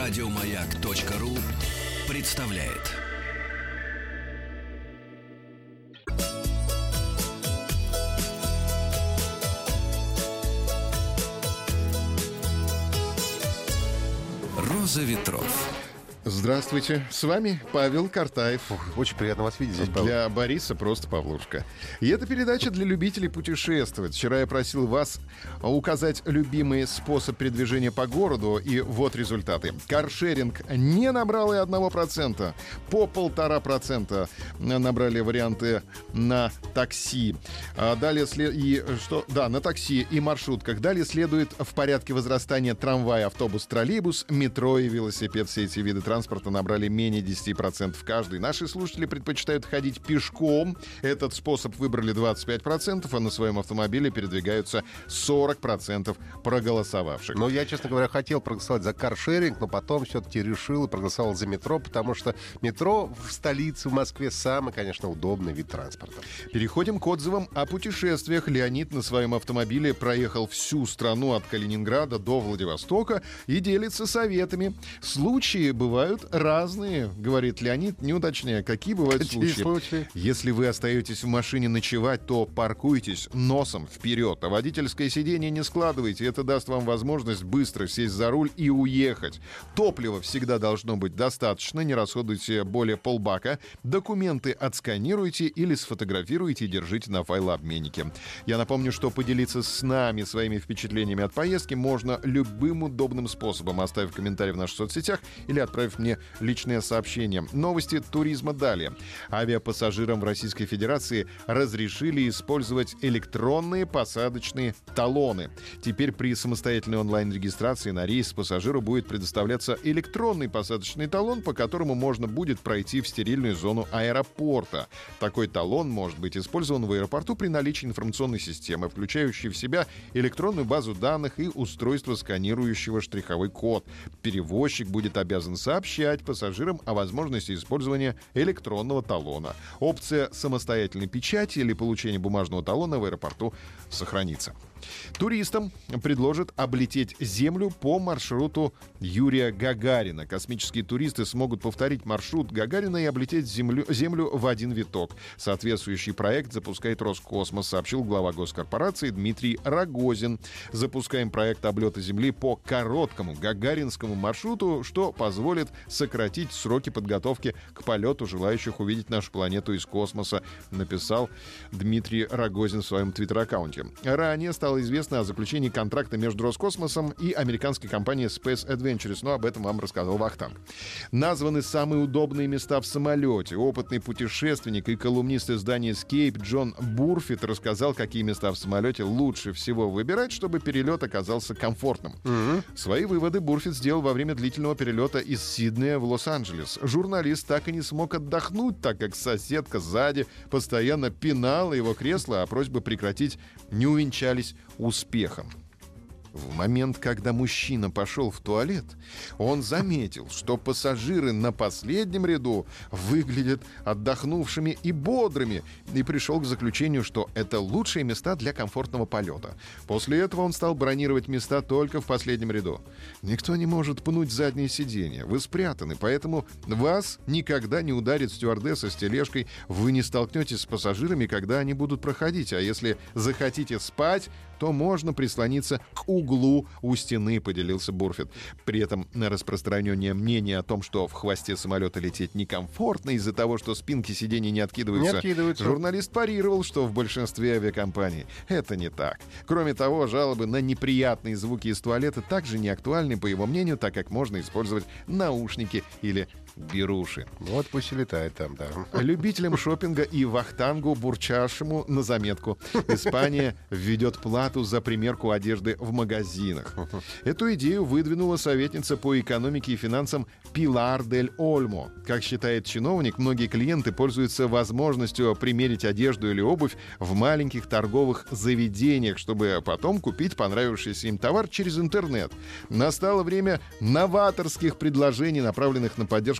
Радиомаяк.ру представляет. «Роза ветров». Здравствуйте, с вами Павел Картаев. Очень приятно вас видеть здесь, Павел. Для Бориса просто Павлушка. И это передача для любителей путешествовать. Вчера я просил вас указать любимый способ передвижения по городу, и вот результаты. Каршеринг не набрал и 1%. По 1,5% набрали варианты на такси. Далее на такси и маршрутках. Далее следует в порядке возрастания трамвай, автобус, троллейбус, метро и велосипед. Все эти виды транспорта набрали менее 10% каждый. Наши слушатели предпочитают ходить пешком. Этот способ выбрали 25%, а на своем автомобиле передвигаются 40% проголосовавших. Но я, честно говоря, хотел проголосовать за каршеринг, но потом все-таки решил и проголосовал за метро, потому что метро в столице, в Москве, самый, конечно, удобный вид транспорта. Переходим к отзывам о путешествиях. Леонид на своем автомобиле проехал всю страну от Калининграда до Владивостока и делится советами. Случаи бывают разные, говорит Леонид, не уточняя, какие бывают случаи. Если вы остаетесь в машине ночевать, то паркуйтесь носом вперед, а водительское сиденье не складывайте. Это даст вам возможность быстро сесть за руль и уехать. Топлива всегда должно быть достаточно, не расходуйте более полбака. Документы отсканируйте или сфотографируйте и держите на файлообменнике. Я напомню, что поделиться с нами своими впечатлениями от поездки можно любым удобным способом, оставив комментарий в наших соцсетях или отправив мне личное сообщение. Новости туризма далее. Авиапассажирам в Российской Федерации разрешили использовать электронные посадочные талоны. Теперь при самостоятельной онлайн-регистрации на рейс пассажиру будет предоставляться электронный посадочный талон, по которому можно будет пройти в стерильную зону аэропорта. Такой талон может быть использован в аэропорту при наличии информационной системы, включающей в себя электронную базу данных и устройство, сканирующего штриховой код. Перевозчик будет обязан сообщать пассажирам о возможности использования электронного талона. Опция самостоятельной печати или получения бумажного талона в аэропорту сохранится. Туристам предложат облететь Землю по маршруту Юрия Гагарина. Космические туристы смогут повторить маршрут Гагарина и облететь Землю в один виток. Соответствующий проект запускает Роскосмос, сообщил глава госкорпорации Дмитрий Рогозин. Запускаем проект облета Земли по короткому гагаринскому маршруту, что позволит сократить сроки подготовки к полету желающих увидеть нашу планету из космоса, написал Дмитрий Рогозин в своем твиттер-аккаунте. Ранее стало известно о заключении контракта между Роскосмосом и американской компанией Space Adventures, но об этом вам рассказал Вахтанг. Названы самые удобные места в самолете. Опытный путешественник и колумнист издания Escape Джон Бурфит рассказал, какие места в самолете лучше всего выбирать, чтобы перелет оказался комфортным. Свои выводы Бурфит сделал во время длительного перелета из Сиднея в Лос-Анджелес. Журналист так и не смог отдохнуть, так как соседка сзади постоянно пинала его кресло, а просьбы прекратить не увенчались успехом. В момент, когда мужчина пошел в туалет, он заметил, что пассажиры на последнем ряду выглядят отдохнувшими и бодрыми, и пришел к заключению, что это лучшие места для комфортного полета. После этого он стал бронировать места только в последнем ряду. Никто не может пнуть заднее сиденье. Вы спрятаны, поэтому вас никогда не ударит стюардесса с тележкой. Вы не столкнетесь с пассажирами, когда они будут проходить. А если захотите спать, то можно прислониться к углу у стены, поделился Бурфит. При этом на распространение мнения о том, что в хвосте самолета лететь некомфортно из-за того, что спинки сидений не откидываются, журналист парировал, что в большинстве авиакомпаний это не так. Кроме того, жалобы на неприятные звуки из туалета также не актуальны, по его мнению, так как можно использовать наушники или беруши. Вот пусть и летает там, да. Любителям шопинга и вахтангу бурчавшему на заметку. Испания введет плату за примерку одежды в магазинах. Эту идею выдвинула советница по экономике и финансам Пилар дель Ольмо. Как считает чиновник, многие клиенты пользуются возможностью примерить одежду или обувь в маленьких торговых заведениях, чтобы потом купить понравившийся им товар через интернет. Настало время новаторских предложений, направленных на поддержку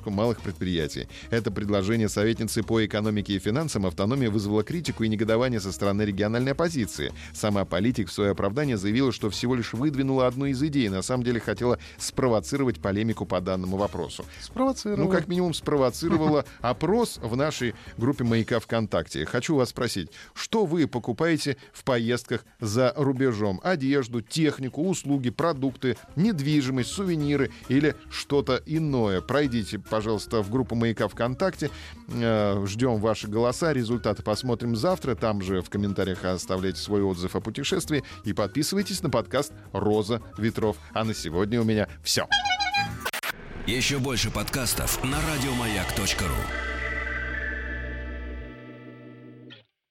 поддержку малых предприятий. Это предложение советницы по экономике и финансам автономии вызвало критику и негодование со стороны региональной оппозиции. Сама политик в свое оправдание заявила, что всего лишь выдвинула одну из идей, на самом деле хотела спровоцировать полемику по данному вопросу. Спровоцировала. Ну, как минимум, спровоцировала опрос в нашей группе «Маяка ВКонтакте». Хочу вас спросить, что вы покупаете в поездках за рубежом? Одежду, технику, услуги, продукты, недвижимость, сувениры или что-то иное? Пройдите, пожалуйста, в группу «Маяка ВКонтакте». Ждем ваши голоса. Результаты посмотрим завтра. Там же в комментариях оставляйте свой отзыв о путешествии. И подписывайтесь на подкаст «Роза ветров». А на сегодня у меня все. Еще больше подкастов на радиомаяк.ру.